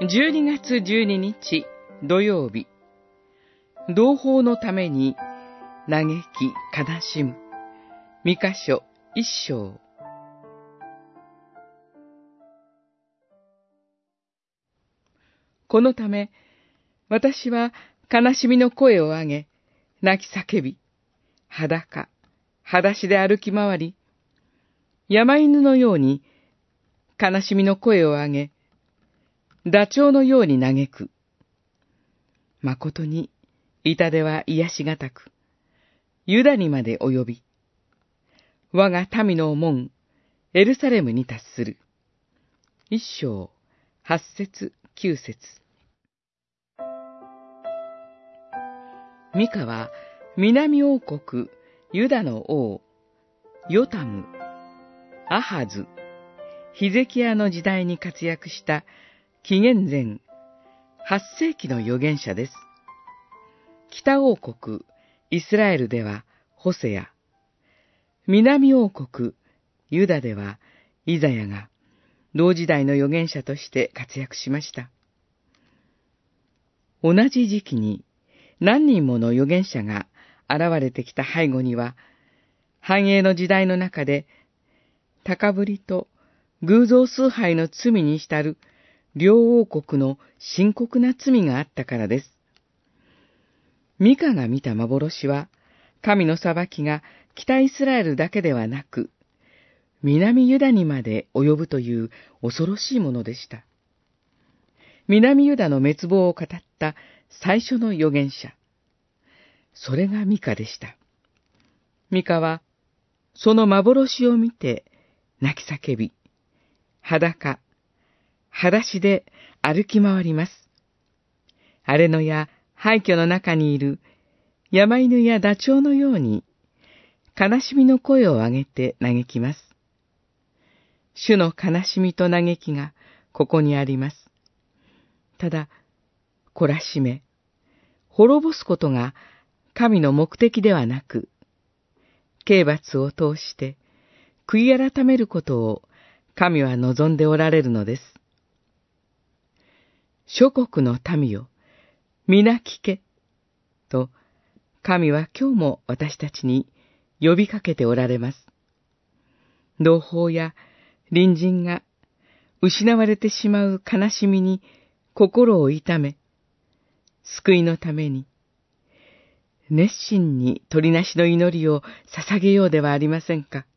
12月12日土曜日、同胞のために嘆き悲しむ。ミカ書1章。このため、私は悲しみの声を上げ、泣き叫び、裸足で歩き回り、山犬のように悲しみの声を上げ、ダチョウのように嘆く。誠に痛手は癒しがたく、ユダにまで及び、我が民の門、エルサレムに達する。一章、八節、九節。ミカは南王国ユダの王、ヨタム、アハズ、ヒゼキヤの時代に活躍した紀元前8世紀の預言者です。北王国イスラエルではホセア、南王国ユダではイザヤが同時代の預言者として活躍しました。同じ時期に何人もの預言者が現れてきた背後には、繁栄の時代の中で高ぶりと偶像崇拝の罪に浸る両王国の深刻な罪があったからです。ミカが見た幻は、神の裁きが北イスラエルだけではなく、南ユダにまで及ぶという恐ろしいものでした。南ユダの滅亡を語った最初の預言者。それがミカでした。ミカは、その幻を見て泣き叫び、裸足で歩き回ります。荒れ野や廃墟の中にいる山犬やダチョウのように、悲しみの声を上げて嘆きます。主の悲しみと嘆きがここにあります。ただ、懲らしめ、滅ぼすことが神の目的ではなく、刑罰を通して悔い改めることを神は望んでおられるのです。諸国の民よ、皆聞け、と神は今日も私たちに呼びかけておられます。同胞や隣人が失われてしまう悲しみに心を痛め、救いのために、熱心に取りなしの祈りを捧げようではありませんか。